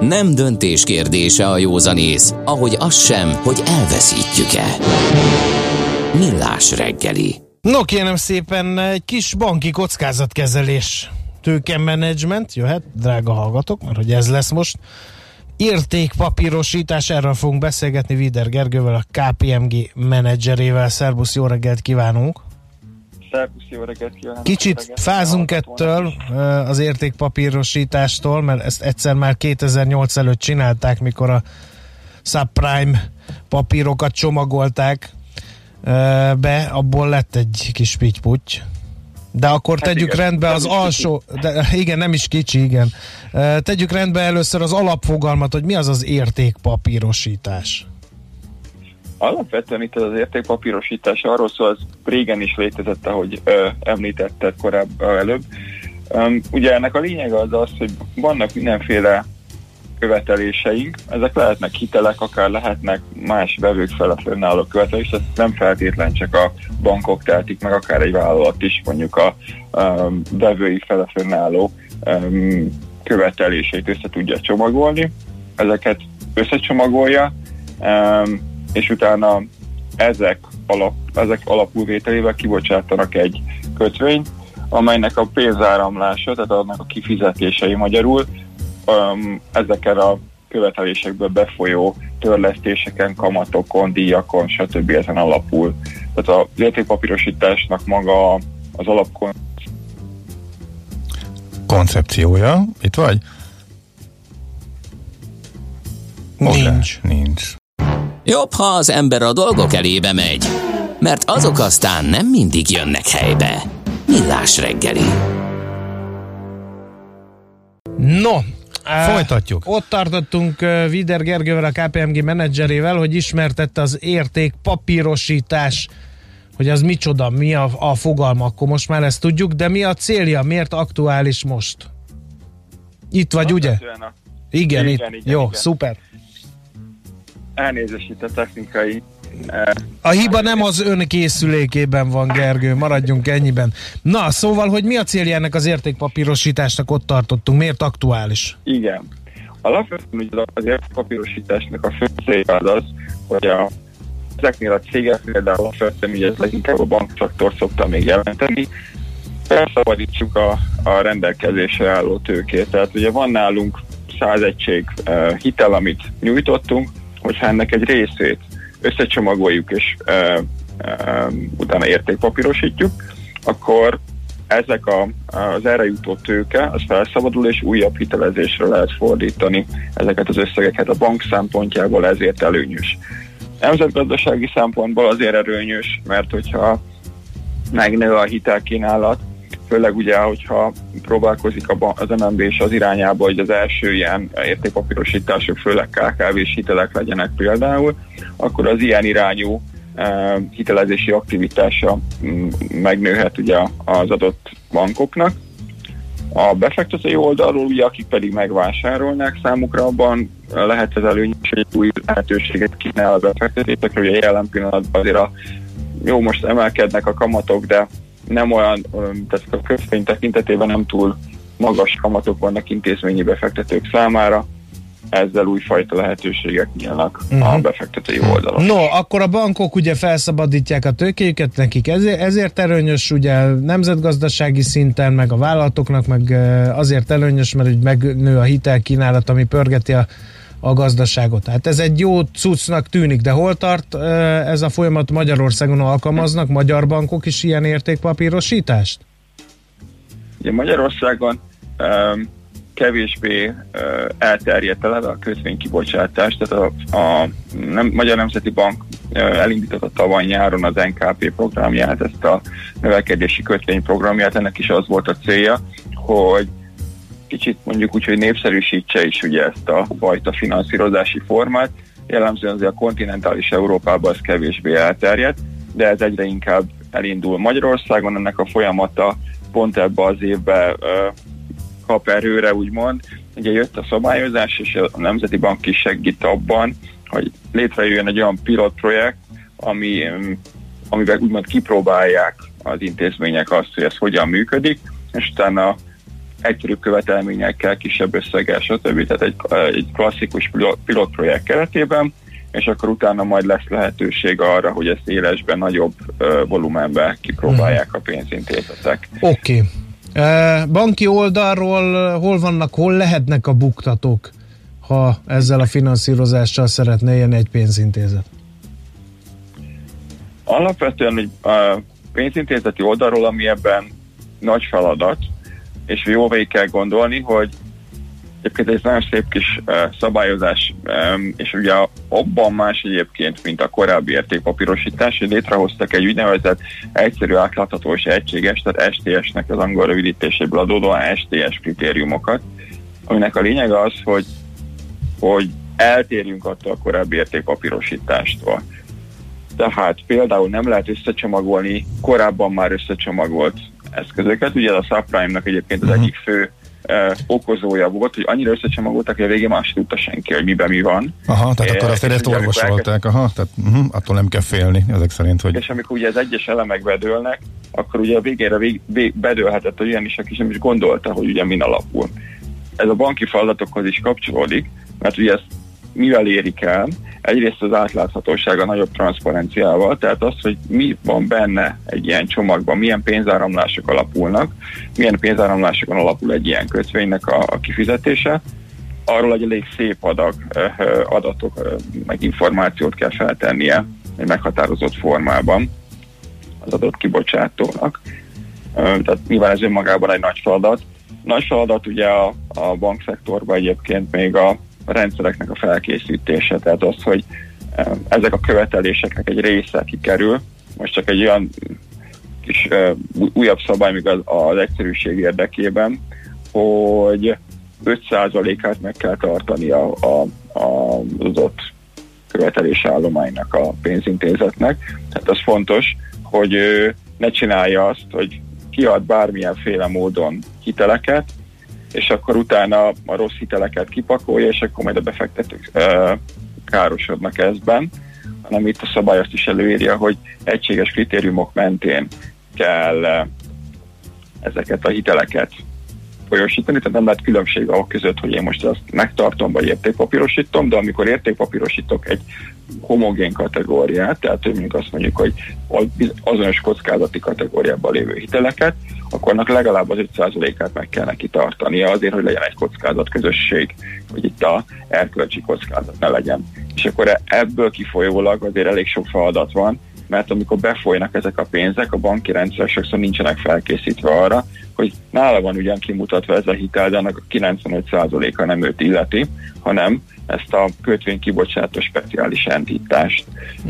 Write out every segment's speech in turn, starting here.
Nem döntés kérdése a józanész, ahogy az sem, hogy elveszítjük-e. Millás reggeli. No kérem szépen, egy kis banki kockázatkezelés, tőkemenedzsment, jöhet, drága hallgatók, mert hogy ez lesz most. Értékpapírosítás, erről fogunk beszélgetni Vider Gergővel, a KPMG menedzserével. Szerbusz, jó reggelt kívánunk! Szerbusz, jó reggelt kívánok! Kicsit fázunk ettől az értékpapírosítástól, mert ezt egyszer már 2008 előtt csinálták, mikor a subprime papírokat csomagolták be, abból lett egy kis pitty-putty. De akkor tegyük rendbe az alsó, de igen, nem is kicsi, igen. Tegyük rendbe először az alapfogalmat, hogy mi az az értékpapírosítás. Alapvetően itt az értékpapírosítás arról szól, az régen is létezett, ahogy említetted korábban előbb. Ugye ennek a lényege az, hogy vannak mindenféle követeléseink, ezek lehetnek hitelek, akár lehetnek más vevők fele fönnálló követelés, ezt nem feltétlen csak a bankok tehetik meg, akár egy vállalat is mondjuk a vevői fele fönnálló követeléseit össze tudja csomagolni, ezeket összecsomagolja, és utána ezek alapulvételével kibocsátanak egy kötvényt, amelynek a pénzáramlása, tehát annak a kifizetései magyarul ezeken a követelésekből befolyó törlesztéseken, kamatokon, díjakon, stb. Ezen alapul. Tehát az értékpapírosításnak maga az koncepciója. Itt vagy? Nincs. Jobb, ha az ember a dolgok elébe megy, mert azok aztán nem mindig jönnek helybe. Millás reggeli. No, folytatjuk. Ott tartottunk Vider Gergővel, a KPMG menedzserével, hogy ismertette az értékpapírosítás, hogy az micsoda, mi a fogalma, akkor most már ezt tudjuk, de mi a célja, miért aktuális most? Itt vagy, ugye? Igen, itt. Jó, igen. Szuper. Elnézést itt a technikai... A hiba nem az ön készülékében van, Gergő, maradjunk ennyiben. Na, szóval, hogy mi a célja ennek az értékpapírosításnak, ott tartottunk, miért aktuális? Igen. Alapvetően az értékpapírosításnak a fő célja az, hogy ezeknél a cégeknél, de alapvetően ugye ez leginkább a bankszektor szokta még jelenteni, felszabadítsuk a rendelkezésre álló tőkét. Tehát ugye van nálunk 100 egység hitel, amit nyújtottunk, hogyha ennek egy részét összecsomagoljuk és utána értékpapírosítjuk, akkor ezek az erre jutó tőke, az felszabadul, és újabb hitelezésre lehet fordítani ezeket az összegeket. A bank szempontjából ezért előnyös. Nemzetgazdasági szempontból azért előnyös, mert hogyha megnő a hitelkínálat, főleg ugye, hogyha próbálkozik az MNB és az irányába, hogy az első ilyen értékpapírosítások, főleg KKV-s hitelek legyenek például, akkor az ilyen irányú hitelezési aktivitása megnőhet ugye az adott bankoknak. A befektetői oldalról, ugye, akik pedig megvásárolnák, számukra abban lehet az előnyös, hogy új lehetőséget kínál a befektetőkre, ugye jelen pillanatban azért most emelkednek a kamatok, de nem olyan, tehát a kötvény tekintetében nem túl magas kamatok vannak intézményi befektetők számára, ezzel újfajta lehetőségek nyílnak a befektetői oldalon. No, akkor a bankok ugye felszabadítják a tőkéjüket, nekik ezért előnyös, ugye nemzetgazdasági szinten, meg a vállalatoknak, meg azért előnyös, mert úgy megnő a hitelkínálat, ami pörgeti a gazdaságot. Hát ez egy jó cuccnak tűnik, de hol tart ez a folyamat? Magyarországon alkalmaznak magyar bankok is ilyen értékpapírosítást? Ugye Magyarországon kevésbé elterjedt eleve a kötvénykibocsátás, tehát a Magyar Nemzeti Bank elindította tavaly nyáron az NKP programját, ezt a növekedési kötvényprogramját, ennek is az volt a célja, hogy kicsit mondjuk úgy, hogy népszerűsítse is ugye ezt a fajta finanszírozási formát. Jellemzően azért a kontinentális Európában ez kevésbé elterjedt, de ez egyre inkább elindul Magyarországon, ennek a folyamata pont ebbe az évben kap erőre, úgymond. Ugye jött a szabályozás, és a Nemzeti Bank is segít abban, hogy létrejöjjön egy olyan pilotprojekt, amivel úgymond kipróbálják az intézmények azt, hogy ez hogyan működik, és utána egyszerűbb követelményekkel, kisebb összeggel, stb. Tehát egy klasszikus pilotprojekt keretében, és akkor utána majd lesz lehetőség arra, hogy ezt élesben, nagyobb volumenben kipróbálják a pénzintézetek. Oké. Banki oldalról hol lehetnek a buktatók, ha ezzel a finanszírozással szeretne élni egy pénzintézet? Alapvetően a pénzintézeti oldalról, ami ebben nagy feladat, és jól végig kell gondolni, hogy egyébként egy nagyon szép kis szabályozás, és ugye abban más egyébként, mint a korábbi értékpapírosítás, hogy létrehoztak egy úgynevezett egyszerű, átlátható és egységes, tehát STS-nek az angol rövidítéséből adódóan STS kritériumokat, aminek a lényeg az, hogy eltérjünk attól a korábbi értékpapírosítástól. Tehát például nem lehet összecsomagolni korábban már összecsomagolt eszközöket. Ugye a subprime-nak egyébként az egyik fő okozója volt, hogy annyira összecsomagoltak, hogy a végén már se tudta senki, hogy miben mi van. Aha, tehát akkor azt ezt orvosolták, tehát attól nem kell félni, ezek szerint, hogy... És amikor ugye az egyes elemek bedőlnek, akkor ugye a végére bedőlhetett, hogy olyan is, aki sem is gondolta, hogy ugye min alapul. Ez a banki feladatokhoz is kapcsolódik, mert ugye ezt mivel érik el? Egyrészt az átláthatóság a nagyobb transzparenciával, tehát az, hogy mi van benne egy ilyen csomagban, milyen pénzáramlások alapulnak, milyen pénzáramlásokon alapul egy ilyen kötvénynek a kifizetése, arról egy elég szép adatok, meg információt kell feltennie egy meghatározott formában az adott kibocsátónak. Tehát nyilván ez önmagában egy nagy feladat. Nagy feladat ugye a bankszektorban egyébként még a rendszereknek a felkészítése, tehát az, hogy ezek a követeléseknek egy része kikerül. Most csak egy olyan kis újabb szabály még az egyszerűség érdekében, hogy 5%-át meg kell tartani az adott követelésállománynak a pénzintézetnek. Tehát az fontos, hogy ne csinálja azt, hogy kiad bármilyenféle módon hiteleket, és akkor utána a rossz hiteleket kipakolja, és akkor majd a befektetők károsodnak ezben, hanem itt a szabály azt is előírja, hogy egységes kritériumok mentén kell ezeket a hiteleket folyósítani, tehát nem lehet különbség ahol között, hogy én most azt megtartom, vagy értékpapírosítom, de amikor értékpapírosítok egy homogén kategóriát, tehát mondjuk azt mondjuk, hogy azonos kockázati kategóriában lévő hiteleket, akkor annak legalább az 5%-át meg kell neki tartania azért, hogy legyen egy kockázatközösség, hogy itt a erkölcsi kockázat ne legyen. És akkor ebből kifolyólag azért elég sok feladat van, mert amikor befolynak ezek a pénzek, a banki rendszerek sokszor nincsenek felkészítve arra, hogy nála van ugyan kimutatva ez a hitel, de annak a 95%-a nem őt illeti, hanem ezt a kötvénykibocsátó speciális entitást.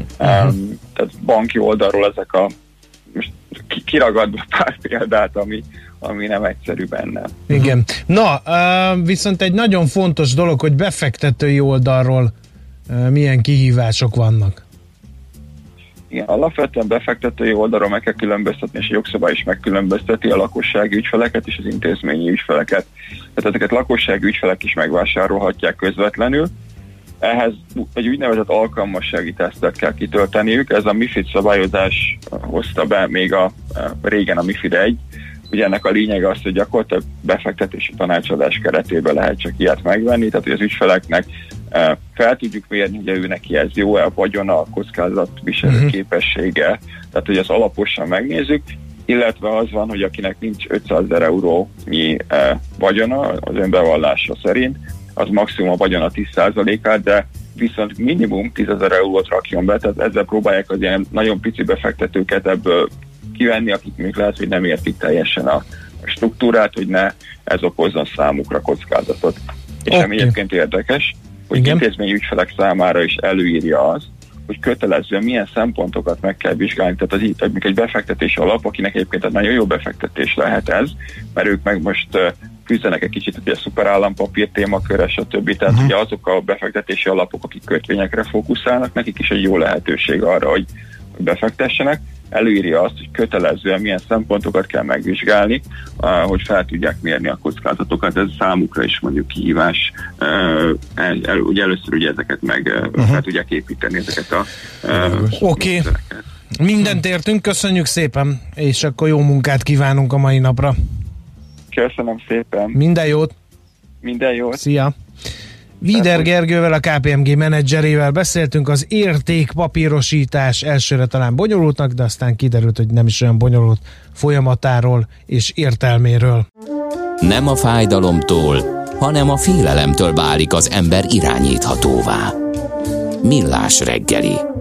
Tehát banki oldalról ezek a most kiragadva pár példát, ami nem egyszerű benne. Igen. Na, viszont egy nagyon fontos dolog, hogy befektetői oldalról milyen kihívások vannak. Igen, alapvetően befektetői oldalról meg kell különböztetni, és a jogszabály is megkülönbözteti a lakossági ügyfeleket és az intézményi ügyfeleket. Tehát ezeket lakossági ügyfelek is megvásárolhatják közvetlenül. Ehhez egy úgynevezett alkalmassági tesztet kell kitölteniük. Ez a MiFID szabályozás hozta be még régen a MiFID 1. Ugye ennek a lényege az, hogy gyakorlatilag befektetési tanácsadás keretében lehet csak ilyet megvenni, tehát hogy az ügyfeleknek fel tudjuk mérni, hogy ő neki ez jó-e, a vagyona, a kockázatviselő képessége, tehát hogy azt alaposan megnézzük, illetve az van, hogy akinek nincs 500 000 eurónyi vagyona az önbevallása szerint, az maximum a vagyona 10%-át, de viszont minimum 10 000 eurót rakjon be, tehát ezzel próbálják az ilyen nagyon pici befektetőket ebből kivenni, akik még lehet, hogy nem értik teljesen a struktúrát, hogy ne ez okozzon számukra kockázatot. És ami egyébként érdekes, hogy intézményi ügyfelek számára is előírja az, hogy kötelezően milyen szempontokat meg kell vizsgálni. Tehát egy befektetési alap, akinek egyébként egy nagyon jó befektetés lehet ez, mert ők meg most küzdenek egy kicsit ugye a szuperállampapír témakörre, stb. Tehát ugye azok a befektetési alapok, akik kötvényekre fókuszálnak, nekik is egy jó lehetőség arra, hogy befektessenek. Előírja azt, hogy kötelezően milyen szempontokat kell megvizsgálni, hogy fel tudják mérni a kockázatokat. Ez számukra is mondjuk kihívás. Ugye először ugye ezeket fel tudják építeni, ezeket a Oké. Mindent értünk, köszönjük szépen, és akkor jó munkát kívánunk a mai napra. Köszönöm szépen. Minden jót. Minden jót. Szia. Wider Gergővel, a KPMG menedzserével beszéltünk az értékpapírosítás elsőre talán bonyolultnak, de aztán kiderült, hogy nem is olyan bonyolult folyamatáról és értelméről. Nem a fájdalomtól, hanem a félelemtől válik az ember irányíthatóvá. Millás reggeli.